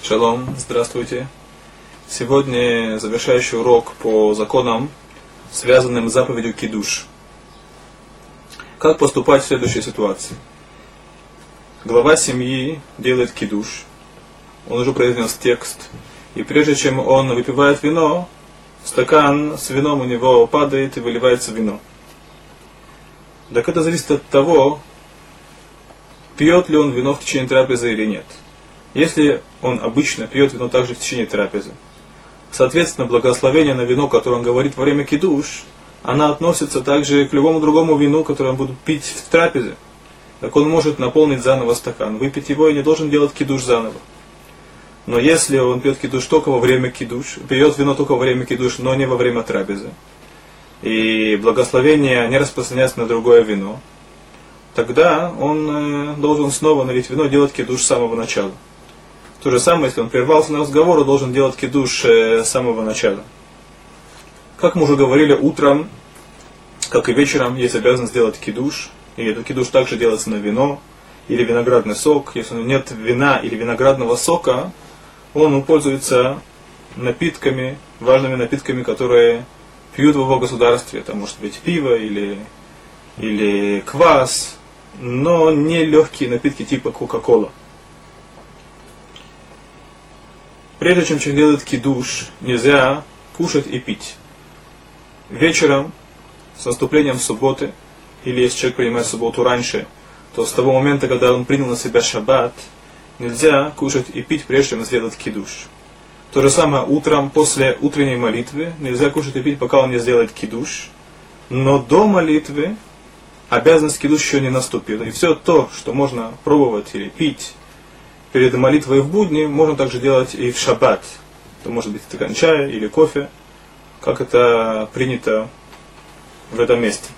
Шалом, здравствуйте. Сегодня завершающий урок по законам, связанным с заповедью кидуш. Как поступать в следующей ситуации? Глава семьи делает кидуш. Он уже произнес текст. И прежде чем он выпивает вино, стакан с вином у него падает и выливается вино. Так это зависит от того, пьет ли он вино в течение трапезы или нет. Если он обычно пьет вино также в течение трапезы, соответственно, благословение на вино, которое он говорит во время кидуш, она относится также к любому другому вину, которое он будет пить в трапезе. Так он может наполнить заново стакан, выпить его и не должен делать кидуш заново. Но если он пьет кидуш только во время кидуш, пьет вино только во время кидуш, но не во время трапезы, и благословение не распространяется на другое вино, тогда он должен снова налить вино и делать кидуш с самого начала. То же самое, если он прервался на разговор, он должен делать кидуш с самого начала. Как мы уже говорили, утром, как и вечером, есть обязанность сделать кидуш. И этот кидуш также делается на вино или виноградный сок. Если нет вина или виноградного сока, он пользуется напитками, важными напитками, которые пьют в его государстве. Это может быть пиво или квас, но не легкие напитки типа кока-кола. Прежде чем человек делает кидуш, нельзя кушать и пить. Вечером, с наступлением субботы, или если человек принимает субботу раньше, то с того момента, когда он принял на себя шаббат, нельзя кушать и пить, прежде чем сделать кидуш. То же самое утром, после утренней молитвы, нельзя кушать и пить, пока он не сделает кидуш. Но до молитвы обязанность кидуш еще не наступила. И все то, что можно пробовать или пить перед молитвой в будни, можно также делать и в шаббат. Это может быть стакан чая или кофе, как это принято в этом месте.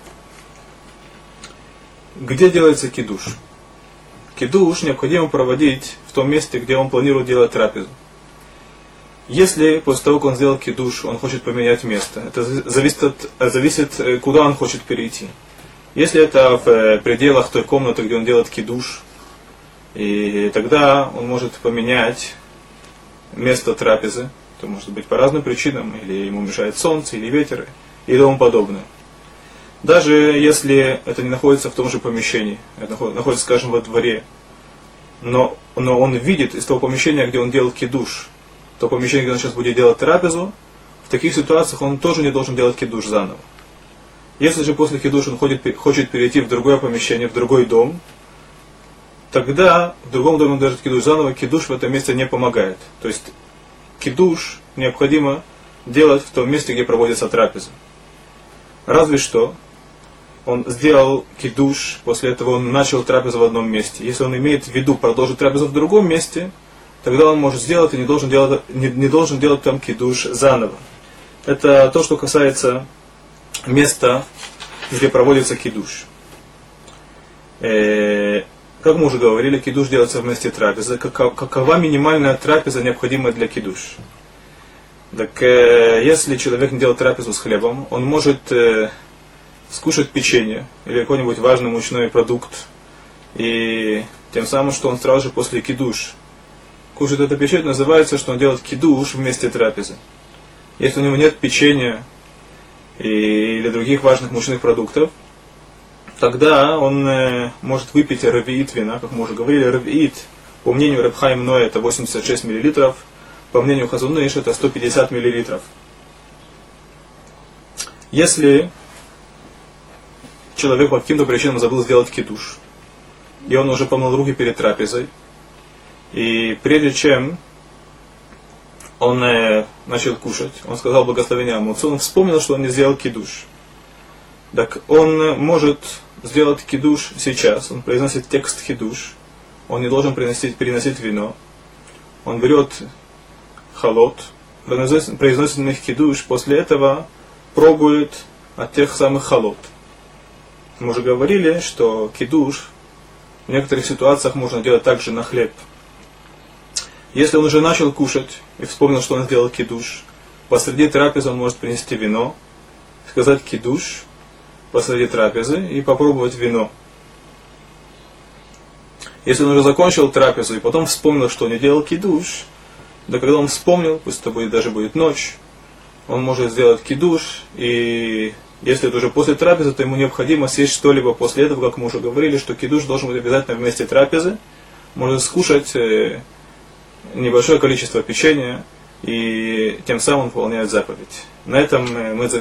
Где делается кидуш? Кидуш необходимо проводить в том месте, где он планирует делать трапезу. Если после того, как он сделал кидуш, он хочет поменять место, это зависит, куда он хочет перейти. Если это в пределах той комнаты, где он делает кидуш, и тогда он может поменять место трапезы. Это может быть по разным причинам, или ему мешает солнце, или ветер, и тому подобное. Даже если это не находится в том же помещении, это находится, скажем, во дворе, но он видит из того помещения, где он делает кидуш, то помещение, где он сейчас будет делать трапезу, в таких ситуациях он тоже не должен делать кидуш заново. Если же после кидуша он хочет перейти в другое помещение, в другой дом, тогда в другом доме он держит кидуш заново, кидуш в этом месте не помогает. То есть кидуш необходимо делать в том месте, где проводится трапеза. Разве что он сделал кидуш, после этого он начал трапезу в одном месте. Если он имеет в виду продолжить трапезу в другом месте, тогда он может сделать и не должен делать там кидуш заново. Это то, что касается места, где проводится кидуш. Как мы уже говорили, кидуш делается вместе трапезы. Какова минимальная трапеза, необходимая для кидуш? Так если человек не делает трапезу с хлебом, он может скушать печенье или какой-нибудь важный мучной продукт, и тем самым, что он сразу же после кидуш кушает это печенье, называется, что он делает кидуш вместе трапезы. Если у него нет печенья или других важных мучных продуктов, тогда он может выпить ревиит вина, как мы уже говорили. Ревиит, по мнению Реб Хаим Ноэ, это 86 мл, по мнению Хазон Иш, это 150 мл. Если человек по каким-то причинам забыл сделать кидуш, и он уже помыл руки перед трапезой, и прежде чем он начал кушать, он сказал благословение Амуцу, он вспомнил, что он не сделал кидуш. Так он может сделать кидуш сейчас, он произносит текст кидуш, он не должен переносить вино, он берет халот, произносит на них кидуш, после этого пробует от тех самых халот. Мы уже говорили, что кидуш в некоторых ситуациях можно делать также на хлеб. Если он уже начал кушать и вспомнил, что он сделал кидуш, посреди трапезы он может принести вино, сказать кидуш посреди трапезы и попробовать вино. Если он уже закончил трапезу и потом вспомнил, что не делал кидуш, Да когда он вспомнил, пусть это будет, даже будет ночь, он может сделать кидуш, и если это уже после трапезы, то ему необходимо съесть что-либо после этого, как мы уже говорили, что кидуш должен быть обязательно вместе трапезы, может скушать небольшое количество печенья, и тем самым выполняет заповедь. На этом мы завершим.